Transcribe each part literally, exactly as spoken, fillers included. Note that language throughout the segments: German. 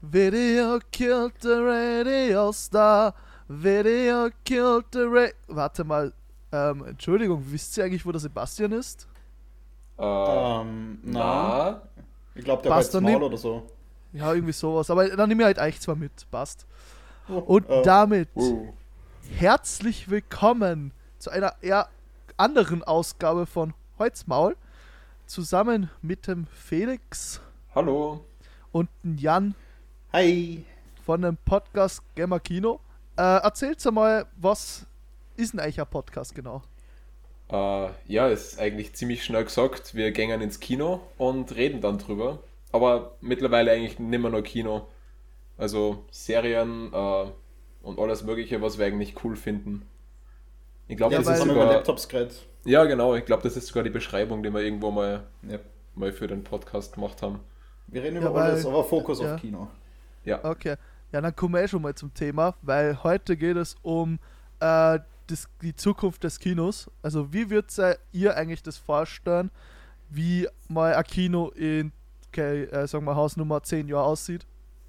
Video killed the radio star. Video killed the radio... Warte mal. Ähm, Entschuldigung, wisst ihr eigentlich, wo der Sebastian ist? Äh, Ähm, na. na, Ich glaube, der Passt war dann jetzt nicht. mal oder so. Ja, irgendwie sowas. Aber dann nehme ich halt euch zwar mit. Passt. Oh, Und äh, damit uh, herzlich willkommen zu einer eher anderen Ausgabe von Holzmaul. Zusammen mit dem Felix hallo. und dem Jan Hi. von dem Podcast Gamer Kino. Äh, erzählt's einmal, was ist denn eigentlich ein Podcast genau? Äh, ja, ist eigentlich ziemlich schnell gesagt. Wir gehen ins Kino und reden dann drüber. Aber mittlerweile eigentlich nicht mehr nur Kino. Also Serien äh, und alles Mögliche, was wir eigentlich cool finden. Ich glaube, Ja, das weil- ist haben wir über sogar... Laptops geredet. Ja, genau. Ich glaube, das ist sogar die Beschreibung, die wir irgendwo mal, Ja. mal für den Podcast gemacht haben. Wir reden Ja, über weil- alles, aber Fokus ja. auf Kino. Ja. Okay, ja, dann kommen wir eh schon mal zum Thema, weil heute geht es um äh, das, die Zukunft des Kinos. Also wie würdet ihr eigentlich das vorstellen, wie mal ein Kino in, okay, äh, sagen wir Hausnummer zehn Jahre aussieht?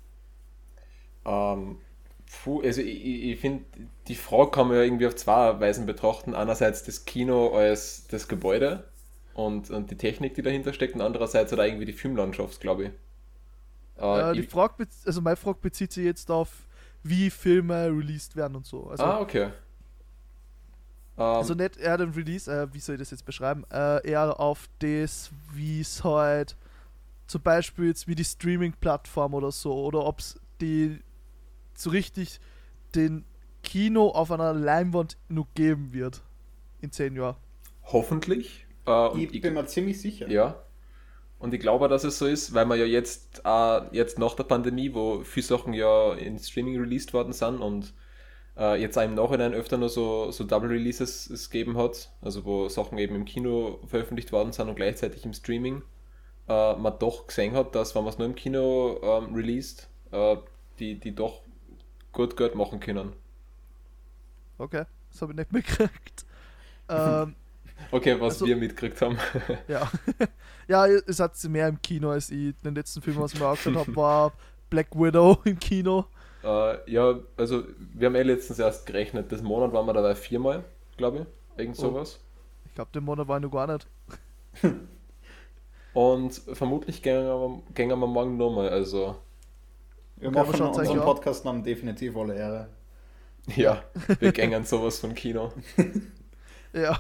Ähm, puh, also ich, ich, ich finde, die Frage kann man ja irgendwie auf zwei Weisen betrachten. Einerseits das Kino als das Gebäude und, und die Technik, die dahinter steckt, und andererseits halt irgendwie die Filmlandschaft, glaube ich. Äh, Äh, die ich Frage, bez- also meine Frage bezieht sich jetzt auf, wie Filme released werden und so. Also, ah, okay. Ähm, also nicht eher den Release, äh, wie soll ich das jetzt beschreiben, äh, eher auf das, wie es halt zum Beispiel jetzt wie die Streaming-Plattform oder so, oder ob es die so richtig den Kino auf einer Leinwand nur geben wird in zehn Jahren. hoffentlich. Äh, und Ich ich, bin mir ziemlich sicher. ja. Und ich glaube, dass es so ist, weil man ja jetzt, äh, jetzt nach der Pandemie, wo viele Sachen ja in Streaming released worden sind und äh, jetzt auch im Nachhinein öfter nur so, so Double Releases es gegeben hat, also wo Sachen eben im Kino veröffentlicht worden sind und gleichzeitig im Streaming, äh, man doch gesehen hat, dass wenn man es nur im Kino ähm, released, äh, die, die doch gut Geld machen können. Okay, das habe ich nicht mitgekriegt. ähm, Okay, was Also- wir mitgekriegt haben. ja. Ja, es hat sie mehr im Kino als ich. Den letzten Film, was ich mir angeschaut habe, war Black Widow im Kino. Äh, ja, also wir haben eh letztens erst gerechnet, das Monat waren wir dabei viermal, glaube ich, irgend Oh. sowas. Ich glaube, den Monat war ich noch gar nicht. Und vermutlich gehen wir, gehen wir morgen nochmal, also Wir Okay, aber machen schaut's euch unseren an. Podcast-Namen definitiv alle Ehre. ja, wir gehen sowas von Kino. Ja.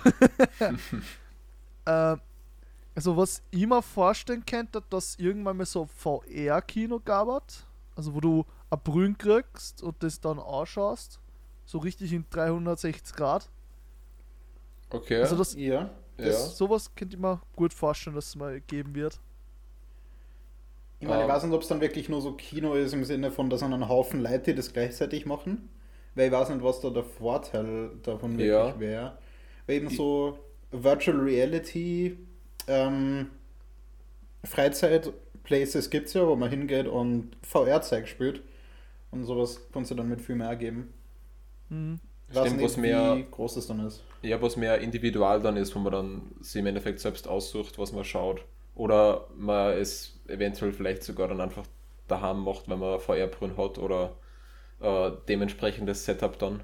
ähm, also was ich mir vorstellen könnte, dass irgendwann mal so V R-Kino gab hat. Also wo du ein Brünn kriegst und das dann anschaust. So richtig in dreihundertsechzig Grad. Okay, Also das, Ja. ja. das sowas könnte ich mir gut vorstellen, dass es mal geben wird. Ich meine, ich Ähm. weiß nicht, ob es dann wirklich nur so Kino ist im Sinne von, dass einen Haufen Leute die das gleichzeitig machen. Weil ich weiß nicht, was da der Vorteil davon wirklich Ja. wäre. Weil eben Ich- so Virtual Reality ähm, Freizeit-Places gibt es ja, wo man hingeht und V R-Zeug spielt. Und sowas kannst du dann mit viel mehr geben. Mhm. Ich weiß Stimmt, nicht, was mehr- wie groß es dann ist. Ja, was mehr individual dann ist, wo man dann sich im Endeffekt selbst aussucht, was man schaut. Oder man es eventuell vielleicht sogar dann einfach daheim macht, wenn man V R-Brillen hat oder äh, dementsprechendes Setup dann.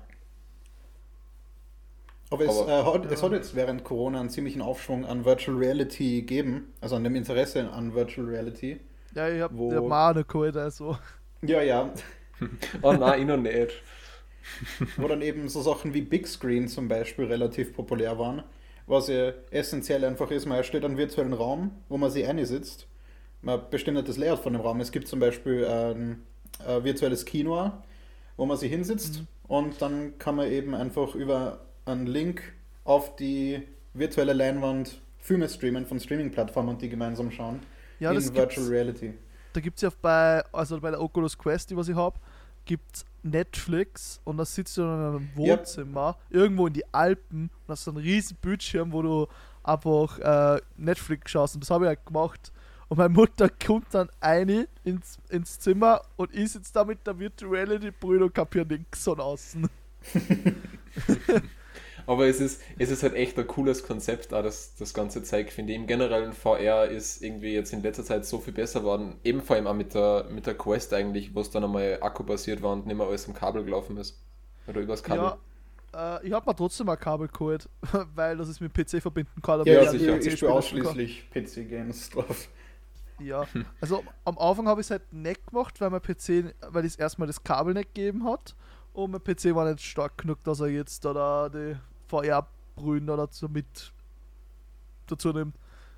Aber es, Aber- äh, hat, es Ja. hat jetzt während Corona einen ziemlichen Aufschwung an Virtual Reality gegeben, also an dem Interesse an Virtual Reality. Ja, ich hab, Wo- ich hab mir auch noch geholt, also. Ja, ja, Oh nein, ich noch nicht. wo dann eben so Sachen wie Big Screen zum Beispiel relativ populär waren, was ja essentiell einfach ist, man steht einen virtuellen Raum, wo man sich einsitzt, man bestimmt nicht das Layout von dem Raum. Es gibt zum Beispiel ein, ein virtuelles Kino, wo man sich hinsitzt Mhm. und dann kann man eben einfach über einen Link auf die virtuelle Leinwand Filme streamen von Streaming-Plattformen und die gemeinsam schauen. Ja, in das Virtual gibt's. Reality. Da gibt es ja bei, also bei der Oculus Quest, die was ich habe, gibt Netflix und da sitzt du dann in einem Ja. Wohnzimmer, irgendwo in die Alpen und hast so einen riesen Bildschirm, wo du einfach äh, Netflix schaust. Und das habe ich halt gemacht. Und meine Mutter kommt dann rein ins, ins Zimmer und ich sitze da mit der Virtual Reality Brille und kapiere nichts von außen. Aber es ist, es ist halt echt ein cooles Konzept, auch das, das ganze Zeug, finde ich. Im generellen V R ist irgendwie jetzt in letzter Zeit so viel besser geworden. Eben vor allem auch mit der, mit der Quest eigentlich, wo es dann einmal akkubasiert war und nicht mehr alles am Kabel gelaufen ist. Oder übers Kabel. Ja, äh, ich habe mir trotzdem ein Kabel geholt, weil das ist mit P C verbinden kann. Ja, Ja, ja, sicher. ich, ich spiele ausschließlich P C-Games drauf. Ja, also am Anfang habe ich es halt nicht gemacht, weil mein P C, weil es erstmal das Kabel nicht gegeben hat und mein P C war nicht stark genug, dass er jetzt da die V R-Brühen da dazu mit dazu nimmt.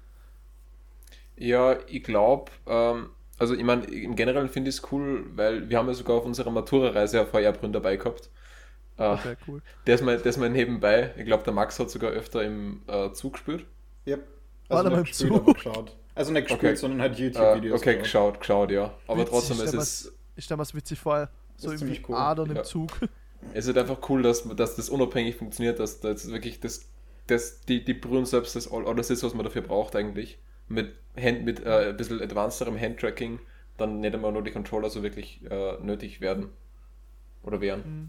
Ja, ich glaube, ähm, also ich meine, im Generellen finde ich es cool, weil wir haben ja sogar auf unserer Matura-Reise ein V R-Brünn dabei gehabt. Äh, Okay, cool. der, ist mal, der ist mal nebenbei. Ich glaube, der Max hat sogar öfter im äh, Zug gespielt. Yep. War Also der nicht beim gespielt, Zug? aber geschaut. Also nicht gespielt, Okay. sondern halt Äh, YouTube-Videos. okay, geschaut. geschaut, geschaut, ja. Aber Witzig, trotzdem, ich es stell ist, mir's- Ich stelle mir das witzig vor, so ist irgendwie ziemlich cool. Adern im Ja. Zug. es ist einfach cool, dass, dass das unabhängig funktioniert, dass das wirklich das, das, die, die Brühen selbst das all- alles ist, was man dafür braucht eigentlich. Mit, Hand, mit äh, ein bisschen advancederem Handtracking dann nicht einmal nur die Controller so wirklich äh, nötig werden. Oder wären.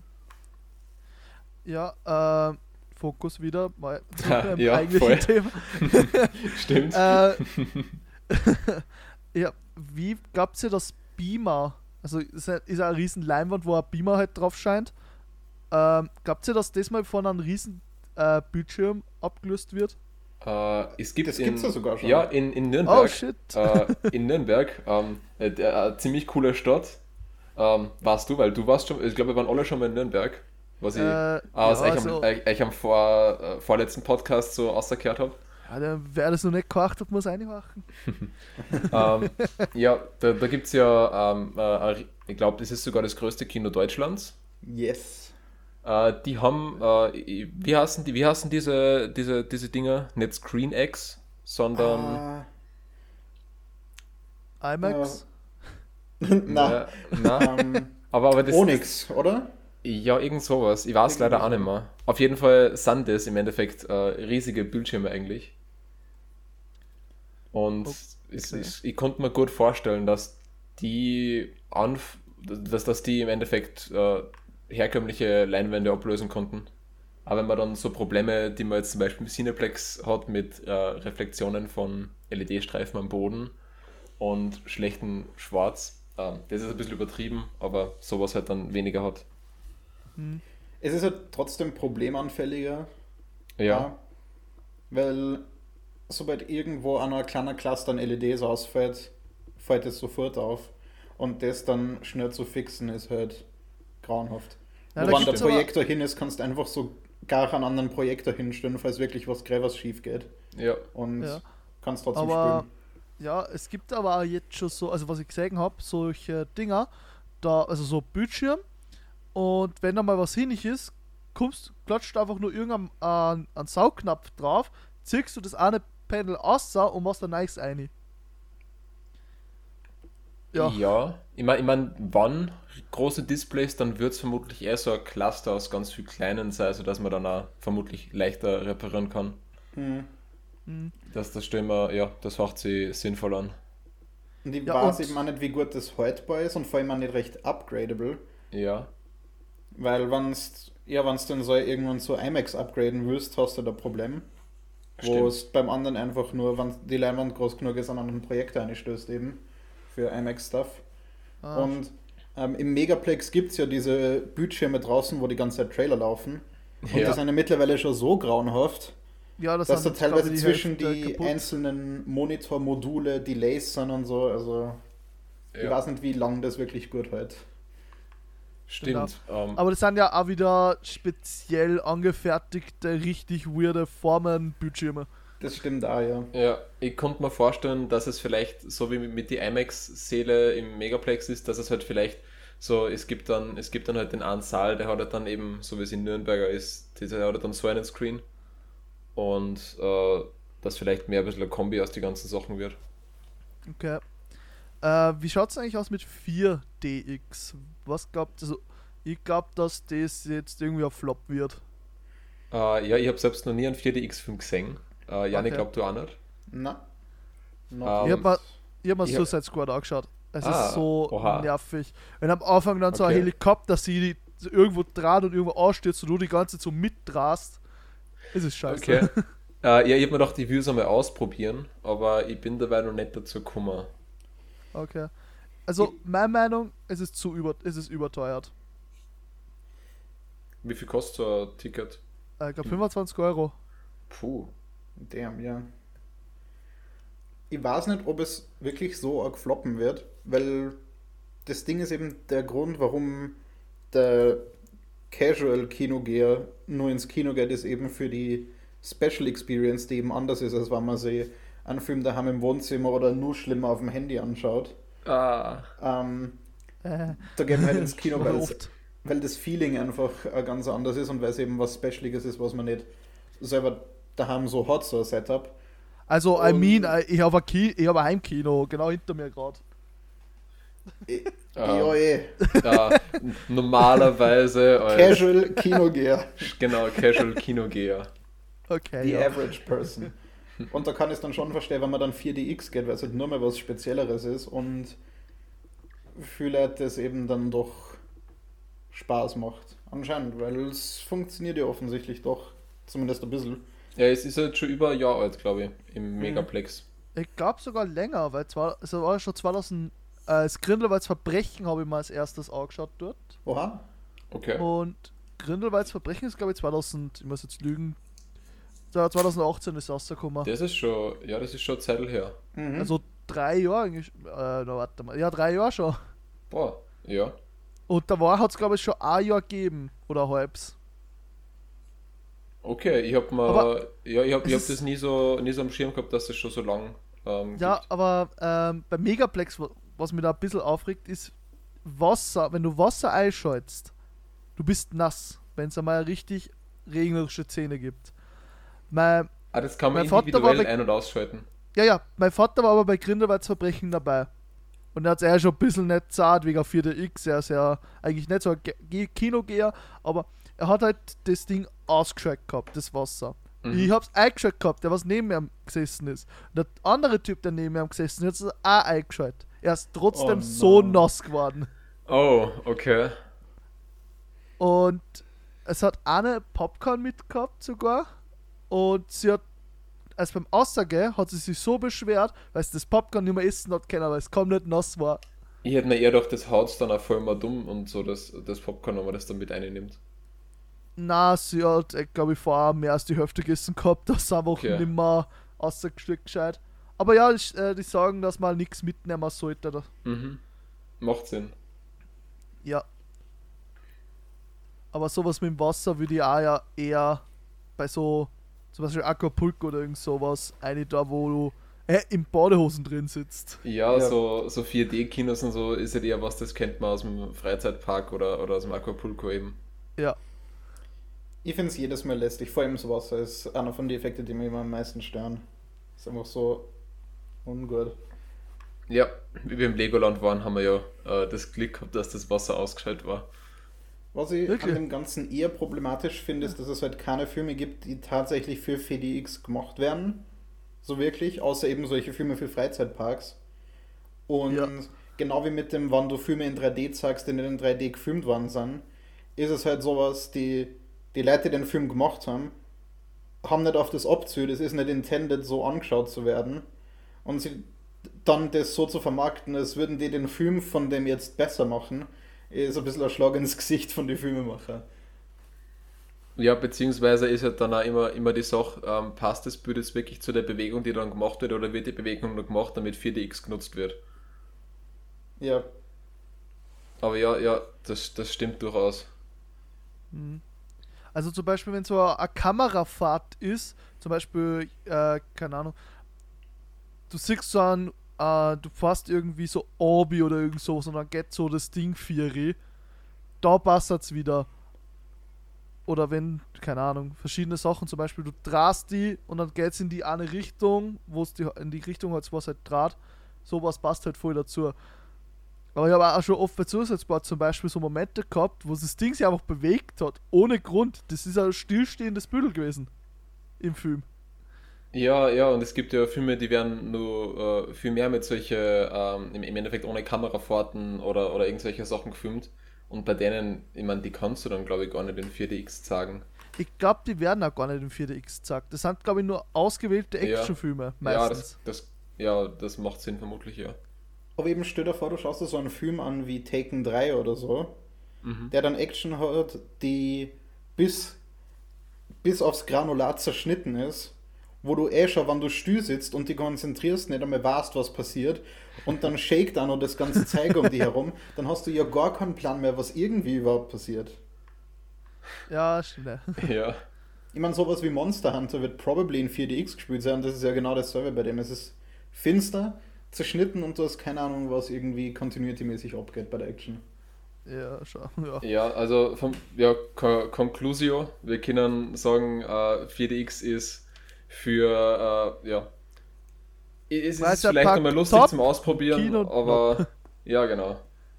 Ja, äh, Fokus wieder, mal zurück Ha, beim ja, eigentlichen voll. Thema. Stimmt. Äh, ja, wie gab's hier das Beamer? Also ist ja ist ja eine riesen Leinwand, wo ein Beamer halt drauf scheint. Ähm, gab's ja, dass das mal von einem riesen äh, Bildschirm abgelöst wird? Äh, es gibt Das in, gibt's ja sogar schon. Ja, in, in Nürnberg. Oh shit. äh, in Nürnberg. Ähm, äh, der, eine ziemlich coole Stadt. Ähm, warst du, weil du warst schon, ich glaube, wir waren alle schon mal in Nürnberg. Was ich Äh, aus ja, euch, also- am, euch, euch am vor, äh, vorletzten Podcast so rausgekehrt habe. Ja, der, wer das noch nicht gemacht hat, muss reinmachen. ähm, ja, da, da gibt es ja, ähm, äh, ich glaube, das ist sogar das größte Kino Deutschlands. Yes. Äh, die haben, äh, wie heißen die, wie heißen diese, diese, diese Dinger? Nicht ScreenX, sondern Ah, IMAX? na, äh, na, ähm, aber, aber das, Onyx, oder? Ja, irgend sowas. Ich weiß Irgendwie leider auch so. nicht mehr. Auf jeden Fall sind das im Endeffekt äh, riesige Bildschirme eigentlich. Und es, Okay. es, ich konnte mir gut vorstellen, dass die anf dass, dass die im Endeffekt äh, herkömmliche Leinwände ablösen konnten. Aber wenn man dann so Probleme, die man jetzt zum Beispiel im Cineplex hat, mit äh, Reflexionen von L E D-Streifen am Boden und schlechten Schwarz, äh, das ist ein bisschen übertrieben, aber sowas halt dann weniger hat. Es ist halt trotzdem problemanfälliger. Ja. Weil sobald irgendwo an einer kleinen Cluster an L E Ds ausfällt, fällt es sofort auf. Und das dann schnell zu fixen ist halt grauenhaft. Ja, Wo da wann der gibt's aber- Projektor hin ist, kannst du einfach so gar einen anderen Projektor hinstellen, falls wirklich was Gräbers schief geht. Ja. Und Ja. kannst trotzdem Aber spielen. ja, es gibt aber auch jetzt schon so, also was ich gesehen habe, solche Dinger, da, also so Bildschirm, und wenn da mal was hinig ist, kommst, klatscht einfach nur irgendein äh, einen Saugknopf drauf, ziehst du das eine Panel aus und machst ein neues rein. Ja, Ja. Ich meine, ich mein, wann große Displays, dann wird es vermutlich eher so ein Cluster aus ganz viel kleinen sein, sodass man dann auch vermutlich leichter reparieren kann. Hm. hm. Das, das stellen wir, ja, das macht sich sinnvoll an. Und ich Ja, weiß und- eben auch nicht, wie gut das haltbar ist und vor allem auch nicht recht upgradable. Ja. Weil wenn's, ja, wenn's dann so irgendwann so IMAX upgraden willst, hast du da ein Problem. Wo Stimmt. es beim anderen einfach nur, wenn die Leinwand groß genug ist, an einen Projektor einstößt eben für IMAX-Stuff. Ah, Und ähm, im Megaplex gibt es ja diese Bildschirme draußen, wo die ganze Zeit Trailer laufen. Und die Ja. sind ja mittlerweile schon so grauenhaft, ja, das dass da sind jetzt, glaub teilweise ich, zwischen Hälfte die kaputt. einzelnen Monitormodule Delays sind und so. Also ich Ja. weiß nicht, wie lange das wirklich gut hält. Stimmt. Ähm, Aber das sind ja auch wieder speziell angefertigte, richtig weirde Formen-Bildschirme. Das stimmt auch, ja. ja, ich konnte mir vorstellen, dass es vielleicht, so wie mit die IMAX-Säle im Megaplex ist, dass es halt vielleicht so, es gibt dann, es gibt dann halt den einen Saal, der hat halt dann eben, so wie es in Nürnberger ist, der hat halt dann so einen Screen und äh, dass vielleicht mehr ein bisschen ein Kombi aus den ganzen Sachen wird. Okay. Äh, wie schaut es eigentlich aus mit vier D X? Was glaubt also ich glaube, dass das jetzt irgendwie ein Flop wird. Äh, ja, ich habe selbst noch nie einen vier D X-Film gesehen. Äh, Janik, Okay. glaubt du auch nicht? Na. Not Ähm, Ich habe mir, ich hab mir ich hab- Suicide Squad angeschaut. Es Ah, ist so oha. nervig. Wenn am Anfang dann so ein Okay. Helikopter sie so irgendwo dran und irgendwo ausstürzt und du die ganze Zeit so mitdrast, Es ist scheiße. Okay. Äh, ja, ich habe mir gedacht, ich will es einmal ausprobieren, aber ich bin dabei noch nicht dazu gekommen. Okay. Also, meine Meinung, es ist zu über, es ist überteuert. Wie viel kostet so ein Ticket? Äh, Ich glaube fünfundzwanzig Euro. Puh. Damn, ja. Ich weiß nicht, ob es wirklich so arg floppen wird, weil das Ding ist eben der Grund, warum der Casual-Kinogeher nur ins Kino geht, ist eben für die Special Experience, die eben anders ist, als wenn man sich einen Film daheim im Wohnzimmer oder nur schlimmer auf dem Handy anschaut. Ah. Ähm, Äh, da geht man halt ins Kino, weil, es, oft. weil das Feeling einfach äh, ganz anders ist und weil es eben was Specialiges ist, was man nicht selber daheim so hat, so ein Setup. Also, I Und- mean, äh, ich habe ein, Ki- ich hab ein Heimkino, genau hinter mir gerade. Ich, Ah. Ja, eh. Ja, n- normalerweise als Casual-Kinogeher. genau, Casual Kinogeher. Okay, Die ja. average person. Und da kann ich es dann schon verstehen, wenn man dann vier D X geht, weil es halt nur mal was Spezielleres ist und viele Leute das eben dann doch Spaß macht. Anscheinend, weil es funktioniert ja offensichtlich doch. Zumindest ein bisschen. Ja, es ist jetzt schon über ein Jahr alt, glaube ich, im Megaplex. Ich glaube sogar länger, weil zwar, es war schon zweitausend, äh, das Grindelwalds Verbrechen habe ich mal als erstes angeschaut dort. Oha. Okay. Und Grindelwalds Verbrechen ist, glaube ich, zweitausend, ich muss jetzt lügen, zwanzig achtzehn ist rausgekommen. Das ist schon, ja, das ist schon eine Zeit her. Mhm. Also drei Jahre eigentlich, äh, na, warte mal, ja, drei Jahre schon. Boah, ja. Und da war, hat es, glaube ich, schon ein Jahr gegeben, oder halbs. Okay, ich hab mal, Aber ja, ich hab, ich es hab ist- das nie so, nie so am Schirm gehabt, dass das schon so lang ähm, Ja, gibt. aber ähm, beim Megaplex, wa- was mich da ein bisschen aufregt, ist Wasser. Wenn du Wasser einschaltest, du bist nass, wenn es einmal richtig regnerische Szene gibt. Mein, Ah, das kann man mein Vater individuell war bei- ein- und ausschalten. ja, ja, mein Vater war aber bei Grindelwalds Verbrechen dabei. Und er hat es eher schon ein bisschen nicht zart wegen vier D X. Er ist ja eigentlich nicht so ein Ge- Ge- Kinogeher, aber er hat halt das Ding ausgeschaltet gehabt, das Wasser. Mhm. Ich hab's eingeschaltet gehabt, der was neben mir gesessen ist. Und der andere Typ, der neben mir gesessen ist, hat es auch eingeschaltet. Er ist trotzdem Oh so no. nass geworden. Oh, okay. Und es hat eine Popcorn mitgehabt sogar. Und sie hat, also beim Aussagen hat sie sich so beschwert, weil sie das Popcorn nicht mehr essen hat können, weil es kaum nicht nass war. Ich hätte mir eher gedacht, das haut's dann auch voll mal dumm und so, das, das Popcorn, wenn man das dann mit einnimmt. Na, sie hat, glaube ich, vorher mehr als die Hälfte gegessen gehabt, das ist einfach Okay. nicht mehr ausgestückt gescheit. Aber ja, ich, äh, die sagen, dass man nichts mitnehmen sollte. Da. Mhm. Macht Sinn. Ja. Aber sowas mit dem Wasser würde ich auch ja eher bei so, zum Beispiel Acapulco oder irgend sowas, eine da, wo du äh, in Badehosen drin sitzt. Ja, Ja. so, so vier D-Kinos und so ist halt eher was, das kennt man aus dem Freizeitpark oder, oder aus dem Acapulco eben. Ja. Ich finde es jedes Mal lästig. Vor allem das Wasser ist einer von den Effekten, die mir immer am meisten stören. Ist einfach so ungut. Ja, wie wir im Legoland waren, haben wir ja äh, das Glück gehabt, dass das Wasser ausgeschaltet war. Was ich Wirklich? an dem Ganzen eher problematisch finde, ist, dass es halt keine Filme gibt, die tatsächlich für vier D X gemacht werden. So wirklich, außer eben solche Filme für Freizeitparks. Und Ja. genau wie mit dem, wann du Filme in drei D zeigst, die nicht in drei D gefilmt worden sind, ist es halt sowas, die, die Leute, die den Film gemacht haben, haben nicht auf das abzielt, es ist nicht intended, so angeschaut zu werden. Und sie dann das so zu vermarkten, als würden die den Film von dem jetzt besser machen, ist ein bisschen ein Schlag ins Gesicht von den Filmemachern. Ja, beziehungsweise ist halt dann auch immer, immer die Sache, ähm, passt das Bild jetzt wirklich zu der Bewegung, die dann gemacht wird, oder wird die Bewegung nur gemacht, damit vier D X genutzt wird? Ja, Aber ja, ja, das, das stimmt durchaus. Mhm. Also zum Beispiel, wenn so eine Kamerafahrt ist, zum Beispiel, äh, keine Ahnung, du siehst so ein, äh, du fährst irgendwie so Obi oder irgend so, sondern geht so das Ding vier, da passt es wieder. Oder wenn, keine Ahnung, verschiedene Sachen, zum Beispiel, du drehst die und dann geht's in die eine Richtung, wo es die, in die Richtung hat, was halt draht, sowas passt halt voll dazu. Aber ich habe auch schon oft bei Zusatzbord zum Beispiel so Momente gehabt, wo das Ding sich einfach bewegt hat, ohne Grund. Das ist ein stillstehendes Bild gewesen im Film. Ja, ja, und es gibt ja Filme, die werden nur äh, viel mehr mit solche, ähm, im, im Endeffekt ohne Kamerafahrten oder, oder irgendwelche Sachen gefilmt. Und bei denen, ich meine, die kannst du dann, glaube ich, gar nicht in vier D X zeigen. Ich glaube, die werden auch gar nicht im vier D X gezeigt. Das sind, glaube ich, nur ausgewählte Ja. Actionfilme Ja, meistens. das, das, ja, das macht Sinn vermutlich, ja. Aber eben stell dir vor, du schaust dir so einen Film an wie Taken drei oder so, Mhm. der dann Action hat, die bis, bis aufs Granulat zerschnitten ist, wo du eh schon, wenn du still sitzt und dich konzentrierst, nicht einmal weißt, was passiert, und dann shakt auch noch das ganze Zeug um dich herum, dann hast du ja gar keinen Plan mehr, was irgendwie überhaupt passiert. Ja, stimmt. Ja. Ich meine, sowas wie Monster Hunter wird probably in vier D X gespielt sein, das ist ja genau dasselbe bei dem. Es ist finster, zerschnitten und du hast keine Ahnung, was irgendwie continuity-mäßig abgeht bei der Action. Ja, schon. Ja. Ja, also vom, ja, Co- Conclusio, wir können sagen, äh, vier D X ist für, äh, ja, es Weiß ist der vielleicht Pack nochmal lustig top, zum Ausprobieren, Kino- aber ja, genau.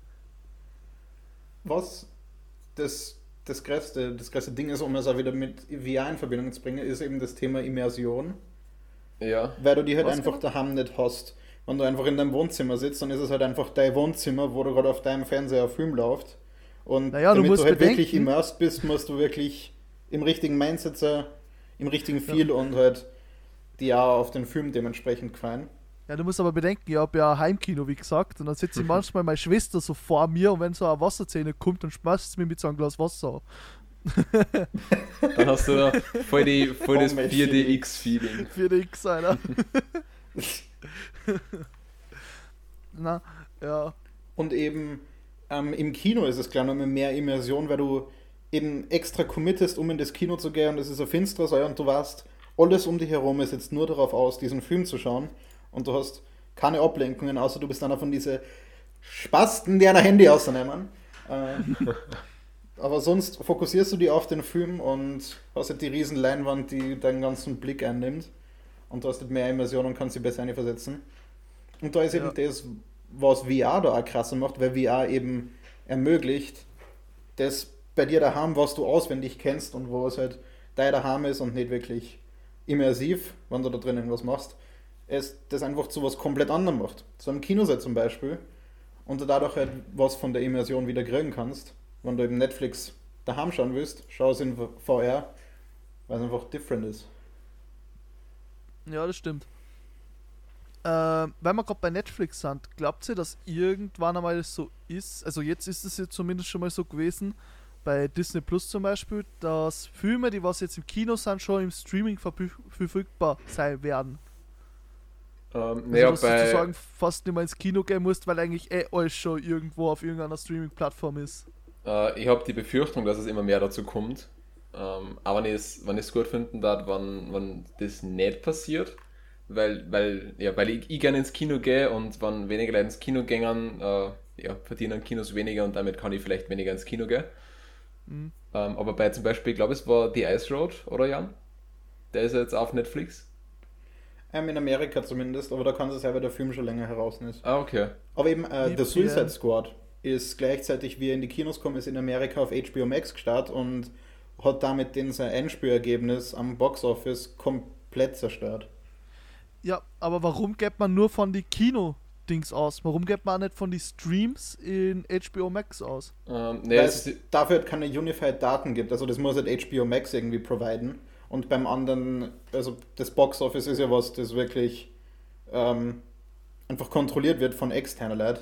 Was das, das, größte, das größte Ding ist, um es auch wieder mit V R in Verbindung zu bringen, ist eben das Thema Immersion, Ja, weil du die halt Was einfach genau? daheim nicht hast. Wenn du einfach in deinem Wohnzimmer sitzt, dann ist es halt einfach dein Wohnzimmer, wo du gerade auf deinem Fernseher ein Film läuft. Und Naja, du damit musst du halt bedenken- wirklich immersed bist, musst du wirklich im richtigen Mindset sein, im richtigen Feel und halt die auch auf den Film dementsprechend gefallen. Ja, du musst aber bedenken, ich habe ja Heimkino, wie gesagt, und dann sitzt ich manchmal meine Schwester so vor mir und wenn so eine Wasserzähne kommt, dann schmeißt sie mir mit so einem Glas Wasser. dann hast du da voll, die, voll das Homemade vier D X-Feeling. vier D X, Alter. Na, ja. Und eben ähm, im Kino ist es klar noch mehr Immersion, weil du eben extra committest, um in das Kino zu gehen und es ist ein finsteres Ei und du weißt, alles um dich herum ist jetzt nur darauf aus, diesen Film zu schauen und du hast keine Ablenkungen, außer du bist einer von diesen Spasten, die ein Handy ausnehmen. Äh, aber sonst fokussierst du dich auf den Film und hast halt die riesen Leinwand, die deinen ganzen Blick einnimmt und du hast halt mehr Immersion und kannst dich besser einversetzen. Und da ist Ja. eben das, was V R da auch krasser macht, weil V R eben ermöglicht, das bei dir daheim, was du auswendig kennst und wo es halt dein daheim ist und nicht wirklich immersiv, wenn du da drin irgendwas machst, es das einfach zu was komplett anderem macht. Zu einem Kinoset zum Beispiel und du dadurch halt was von der Immersion wieder kriegen kannst. Wenn du eben Netflix daheim schauen willst, schau es in V R, weil es einfach different ist. Ja, das stimmt. Äh, weil wir gerade bei Netflix sind, glaubt ihr, dass irgendwann einmal das so ist, also jetzt ist es ja zumindest schon mal so gewesen, bei Disney Plus zum Beispiel, dass Filme, die was jetzt im Kino sind, schon im Streaming verbü- verfügbar sein werden. Ähm, Also, naja, dass du bei, sozusagen fast nicht mehr ins Kino gehen musst, weil eigentlich eh alles schon irgendwo auf irgendeiner Streaming-Plattform ist. äh, ich habe die Befürchtung, dass es immer mehr dazu kommt. Ähm, aber wenn ich es wenn ich's gut finden darf, wenn, wenn das nicht passiert, weil, weil, ja, weil ich, ich gerne ins Kino gehe und wenn weniger Leute ins Kino gehen, äh, ja, verdienen Kinos weniger und damit kann ich vielleicht weniger ins Kino gehen. Mhm. Ähm, aber bei zum Beispiel, ich glaube es war The Ice Road, oder Jan? Der ist jetzt auf Netflix. Ähm, in Amerika zumindest, aber da kann es sein, weil der Film schon länger heraus ist. Ah, okay. Aber eben äh, Wie The Suicide viel? Squad ist gleichzeitig, wie er in die Kinos kommt, ist in Amerika auf H B O Max gestartet und hat damit den sein Endspielergebnis am Boxoffice komplett zerstört. Ja, aber warum geht man nur von die Kino-Dings aus? Warum geht man auch nicht von die Streams in H B O Max aus? Ähm, nee, Weil es es ist, dafür halt keine Unified Daten gibt. Also das muss halt H B O Max irgendwie providen. Und beim anderen, also das Boxoffice ist ja was, das wirklich ähm, einfach kontrolliert wird von externen Leuten.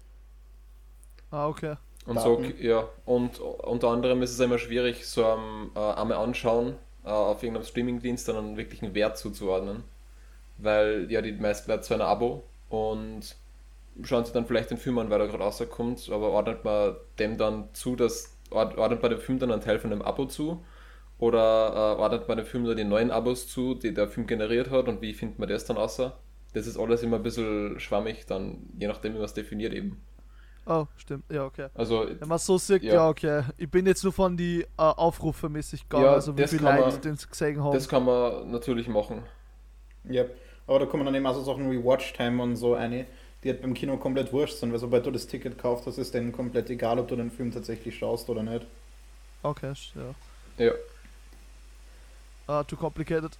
Ah, okay. und so, Daten. ja. Und unter anderem ist es immer schwierig, so am äh, einmal anschauen äh, auf irgendeinem Streamingdienst dann einen wirklichen Wert zuzuordnen. Weil ja die meisten Leute zu einer Abo und schauen sich dann vielleicht den Film an, weil er gerade rauskommt, aber ordnet man dem dann zu, dass ord- ordnet man dem Film dann einen Teil von dem Abo zu oder äh, ordnet man dem Film nur die neuen Abos zu, die der Film generiert hat und wie findet man das dann außer? Das ist alles immer ein bisschen schwammig, dann je nachdem, wie man es definiert eben. Oh, stimmt. Ja, okay. Also Wenn man so sieht, Ja. ja, okay. Ich bin jetzt nur von die äh, Aufrufe mäßig gegangen, Ja, also wie das viele kann Leute man- den gesehen haben. das kann man natürlich machen. Ja, aber da kommen dann eben auch so Sachen wie Watchtime und so eine, die halt beim Kino komplett wurscht sind, weil sobald du das Ticket kaufst, das ist denen komplett egal, ob du den Film tatsächlich schaust oder nicht. Okay, ja. Ja. Ah, too complicated.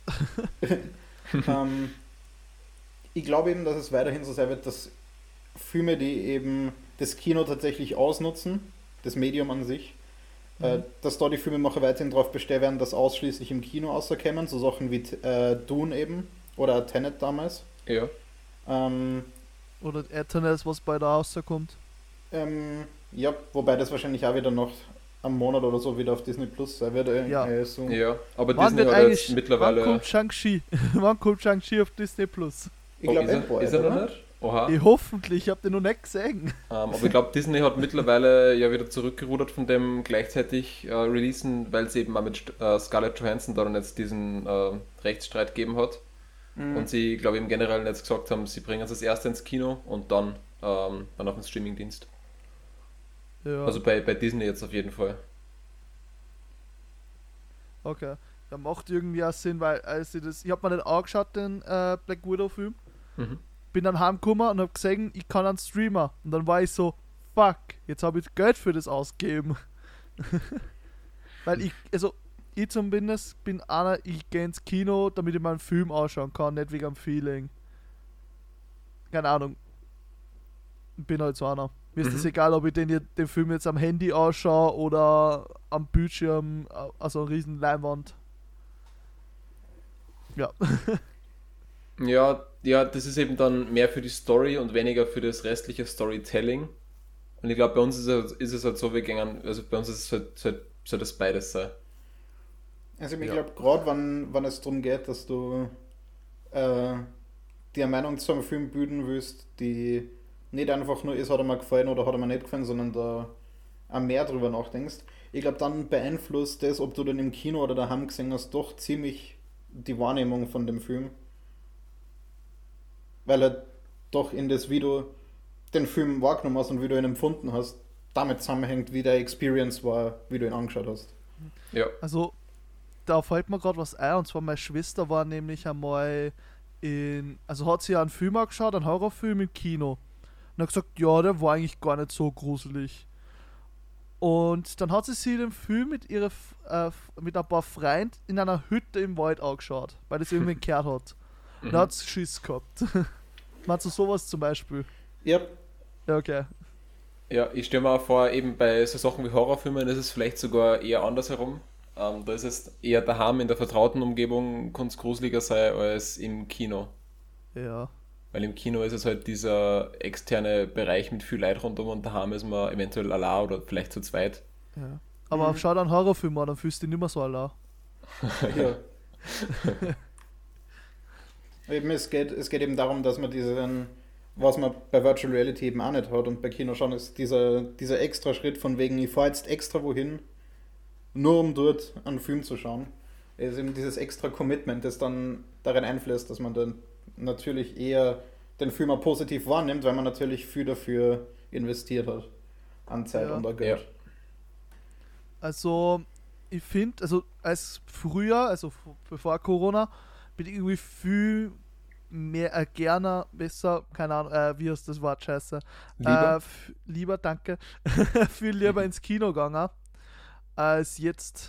ähm, ich glaube eben, dass es weiterhin so sein wird, dass Filme, die eben das Kino tatsächlich ausnutzen, das Medium an sich, äh, dass da die Filmemacher weiterhin darauf bestehen werden, dass ausschließlich im Kino rauskommen, so Sachen wie äh, Dune eben oder Tenet damals. Ja. Ähm, Oder Eternals, was bei der rauskommt. ähm, ja, wobei das wahrscheinlich auch wieder noch am Monat oder so wieder auf Disney Plus sein wird. Äh, Ja. äh, so. Ja, aber Wann Disney wird hat eigentlich, jetzt mittlerweile. wann kommt Shang-Chi? Wann kommt Shang-Chi auf Disney Plus? Ich Oh, glaube, ist, er, Endboy, ist er noch oder? nicht? Oha. Ich hoffentlich, ich hab den noch nicht gesehen. Ähm, aber ich glaube, Disney hat mittlerweile ja wieder zurückgerudert von dem gleichzeitig äh, Releasen, weil es eben auch mit äh, Scarlett Johansson dann jetzt diesen äh, Rechtsstreit gegeben hat. Mhm. Und sie, glaube ich, im Generellen jetzt gesagt haben, sie bringen es als erst ins Kino und dann, ähm, dann auf den Streamingdienst. Ja, Also bei, bei Disney jetzt auf jeden Fall. okay. Ja, macht irgendwie auch Sinn, weil als ich das, ich hab mir nicht angeschaut, den äh, Black Widow Film. Mhm. Bin dann heimgekommen und hab gesehen, ich kann einen Streamer. Und dann war ich so, fuck, jetzt habe ich Geld für das ausgegeben. Weil ich, also ich zumindest bin einer, ich gehe ins Kino, damit ich mal einen Film anschauen kann, nicht wegen am Feeling. Keine Ahnung. Ich bin halt so einer. Mir ist Mhm. es egal, ob ich den, den Film jetzt am Handy anschaue oder am Bildschirm, also eine riesen Leinwand. Ja. Ja, ja, das ist eben dann mehr für die Story und weniger für das restliche Storytelling. Und ich glaube, bei uns ist es, ist es halt so, wir gehen, also bei uns ist es halt, halt soll das beides sein. Also ich Ja. glaube, gerade wenn, wenn es darum geht, dass du äh, dir eine Meinung zu einem Film bilden willst, die nicht einfach nur ist, hat er mir gefallen oder hat er mir nicht gefallen, sondern da auch mehr drüber nachdenkst. Ich glaube, dann beeinflusst das, ob du den im Kino oder daheim gesehen hast, doch ziemlich die Wahrnehmung von dem Film. Weil er doch in das, wie du den Film wahrgenommen hast und wie du ihn empfunden hast, damit zusammenhängt, wie der Experience war, wie du ihn angeschaut hast. Ja. Also, da fällt mir gerade was ein, und zwar meine Schwester war nämlich einmal in, also hat sie einen Film angeschaut, einen Horrorfilm im Kino. Und hat gesagt, ja, der war eigentlich gar nicht so gruselig. Und dann hat sie sich den Film mit ihrer, F- äh, f- mit ein paar Freunden in einer Hütte im Wald angeschaut, weil das irgendwie gehört hat. Und da Mhm. hat sie Schiss gehabt. Meinst du sowas zum Beispiel? Ja, Ja, okay. Ja, ich stelle mir auch vor, eben bei so Sachen wie Horrorfilmen ist es vielleicht sogar eher andersherum. Ähm, da ist es eher daheim in der vertrauten Umgebung, kann es gruseliger sein als im Kino. Ja. Weil im Kino ist es halt dieser externe Bereich mit viel Leid rundum und daheim ist man eventuell allein oder vielleicht zu zweit. ja. Aber Mhm. schau dir einen Horrorfilm an, dann fühlst du dich nicht mehr so allein. ja. Eben, es geht, es geht eben darum, dass man diesen, was man bei Virtual Reality eben auch nicht hat und bei Kino schon ist, dieser, dieser extra Schritt von wegen, ich fahre jetzt extra wohin, nur um dort einen Film zu schauen. Es ist eben dieses extra Commitment, das dann darin einfließt, dass man dann natürlich eher den Film auch positiv wahrnimmt, weil man natürlich viel dafür investiert hat. An Zeit Ja. und an Geld. Also, ich finde, also als früher, also f- bevor Corona, bin ich irgendwie viel mehr, äh, gerne, besser, keine Ahnung, äh, wie heißt das Wort, scheiße. Lieber? Äh, f- lieber, danke. Viel lieber ins Kino gegangen, als jetzt.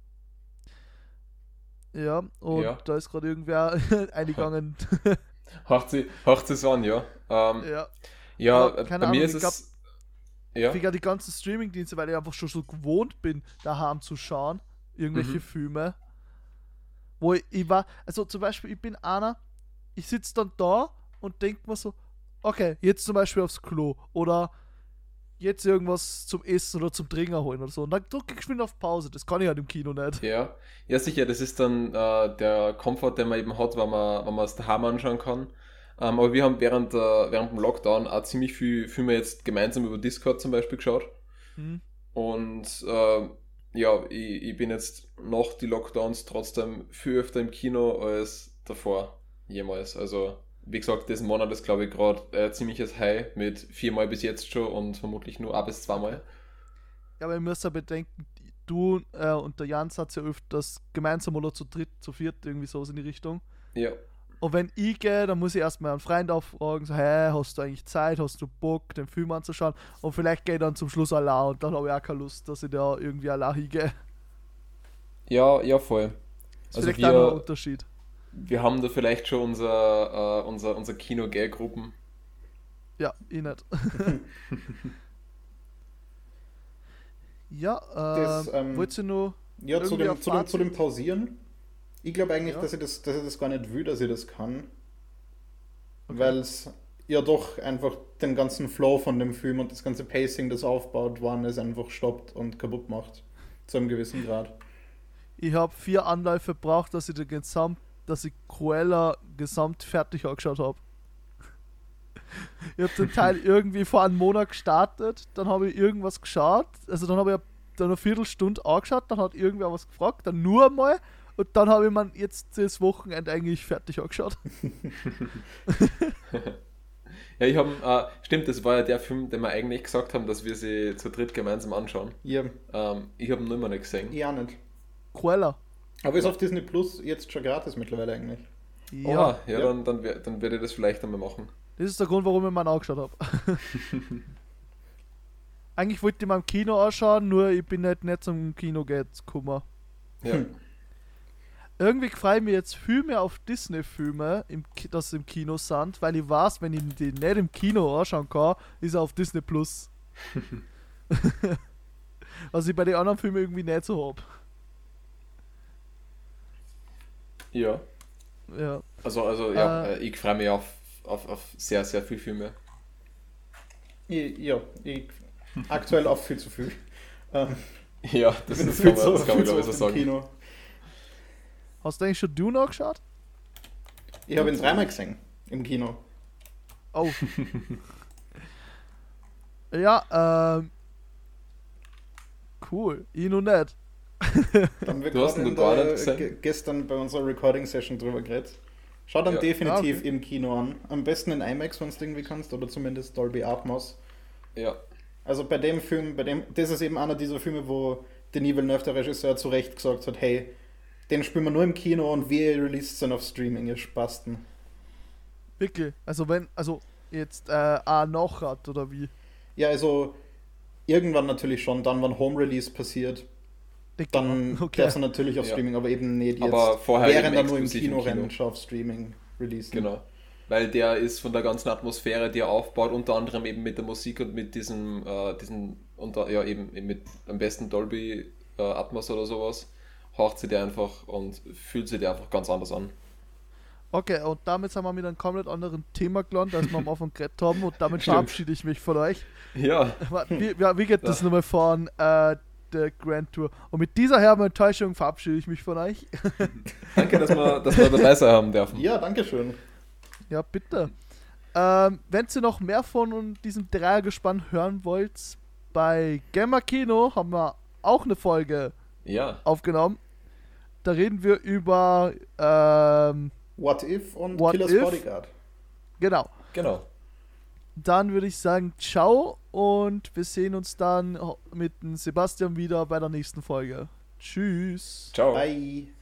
Ja, und Ja. da ist gerade irgendwer eingegangen. Haucht sie, haucht sie es an, ja. Ähm, ja, ja, Aber äh, keine bei Ahnung, mir ist ich glaub- es. Ja. Wie die ganzen Streaming-Dienste, weil ich einfach schon so gewohnt bin, daheim zu schauen, irgendwelche Mhm. Filme. Wo ich, ich war, also zum Beispiel, ich bin einer, ich sitze dann da und denke mir so, okay, jetzt zum Beispiel aufs Klo oder jetzt irgendwas zum Essen oder zum Trinken holen oder so. Und dann drücke ich geschwind auf Pause. Das kann ich halt im Kino nicht. Ja, ja sicher, das ist dann äh, der Komfort, den man eben hat, wenn man, wenn man es daheim anschauen kann. Ähm, aber wir haben während, äh, während dem Lockdown auch ziemlich viel Filme jetzt gemeinsam über Discord zum Beispiel geschaut. Hm. Und äh, ja, ich, ich bin jetzt nach die Lockdowns trotzdem viel öfter im Kino als davor jemals. Also wie gesagt, diesen Monat ist glaube ich gerade ein ziemliches High mit viermal bis jetzt schon und vermutlich nur ein bis zweimal. Ja, aber ihr müsst ja bedenken, du äh, und der Jans hat ja öfters gemeinsam oder zu dritt, zu viert, irgendwie so in die Richtung. Ja, Und wenn ich gehe, dann muss ich erstmal einen Freund auffragen, so, hey, hast du eigentlich Zeit, hast du Bock, den Film anzuschauen? Und vielleicht gehe ich dann zum Schluss allein und dann habe ich auch keine Lust, dass ich da irgendwie allein hingehe. ja, ja voll. Das ist Also vielleicht auch noch ein wir, Unterschied. wir haben da vielleicht schon unser, äh, unser, unser Kino-Gay-Gruppen. Ja, ich nicht. Ja, Das, ähm, ähm, wollt ihr nur Ja, zu irgendwie dem, ein zu, dem, zu dem Fazit? Pausieren. Ich glaube eigentlich, Ja. dass, ich das, dass ich das gar nicht will, dass ich das kann. Okay. Weil es ja doch einfach den ganzen Flow von dem Film und das ganze Pacing, das aufgebaut worden ist, einfach stoppt und kaputt macht. Zu einem gewissen Grad. Ich habe vier Anläufe gebraucht, dass ich den Gesamt, dass ich Cruella gesamt fertig angeschaut habe. Ich habe den Teil irgendwie vor einem Monat gestartet, dann habe ich irgendwas geschaut, also dann habe ich dann eine Viertelstunde angeschaut, dann hat irgendwer was gefragt, dann nur einmal und dann habe ich mir jetzt das Wochenende eigentlich fertig angeschaut. Ja, ich habe, äh, stimmt, das war ja der Film, den wir eigentlich gesagt haben, dass wir sie zu dritt gemeinsam anschauen. Ja, Ähm, ich habe ihn noch immer nicht gesehen. ich auch nicht. Cruella. Aber ist auf Disney Plus jetzt schon gratis mittlerweile eigentlich. Ja, Oha, ja, Ja. dann, dann, wer- dann werde ich das vielleicht einmal machen. das ist der Grund, warum ich mir ihn angeschaut habe. Eigentlich wollte ich mal im Kino anschauen, nur ich bin halt nicht zum Kino gekommen. Ja. Hm. Irgendwie freue ich mich jetzt viel mehr auf Disney-Filme, im Ki- dass sie im Kino sind, weil ich weiß, wenn ich die nicht im Kino anschauen kann, ist er auf Disney Plus. Was ich bei den anderen Filmen irgendwie nicht so habe. Ja. Ja. Also, also ja, Äh. äh, ich freue mich auf, auf, auf sehr, sehr viel Filme. Ich, ja, ich, aktuell auch viel zu viel. Ähm, Ja, das, ich bin das viel kann man, zu- das kann man viel glaube zu ich so oft im sagen. Kino. Hast du eigentlich schon Dune angeschaut? Ich habe ihn dreimal gesehen im Kino. Oh. Ja, ähm. Cool. Ich noch nicht. Da haben wir Du hast gerade ihn in noch gar der- nicht gesehen? ge- gestern bei unserer Recording-Session drüber geredet. Schau dann Ja. definitiv Ah, okay. im Kino an. Am besten in IMAX, wenn du irgendwie kannst, oder zumindest Dolby Atmos. Ja, Also bei dem Film, bei dem, das ist eben einer dieser Filme, wo Denis Villeneuve, der Regisseur, zu Recht gesagt hat, hey, den spielen wir nur im Kino und wir released dann auf Streaming, ihr Spasten. Wirklich. Also wenn, also jetzt äh, auch noch hat oder wie? Ja, also irgendwann natürlich schon, dann wann Home Release passiert, Dick, dann okay. darfst du natürlich auf Ja. Streaming, aber eben nicht jetzt, Aber vorher während eben er nur im exklusiv Kino im Kino. rennt, schon auf Streaming releasen. genau. Weil der ist von der ganzen Atmosphäre, die er aufbaut, unter anderem eben mit der Musik und mit diesem, äh, diesen, unter, ja eben eben mit am besten Dolby äh, Atmos oder sowas, haucht sie der einfach und fühlt sie der einfach ganz anders an. Okay, und damit sind wir mit einem komplett anderen Thema gelandet, als wir am Anfang geredet haben und damit Stimmt. verabschiede ich mich von euch. Ja, Wie, wie, wie geht das Ja. nochmal von äh, der Grand Tour? Und mit dieser herben Enttäuschung verabschiede ich mich von euch. danke, dass wir, dass wir dabei sein haben dürfen. Ja, danke schön. Ja, bitte. Ähm, wenn ihr noch mehr von diesem Dreiergespann hören wollt, bei Gamer Kino haben wir auch eine Folge Ja, aufgenommen. Da reden wir über, ähm, What If und What Killers If? Bodyguard. genau. genau. Dann würde ich sagen, ciao und wir sehen uns dann mit dem Sebastian wieder bei der nächsten Folge. Tschüss. Ciao. Bye.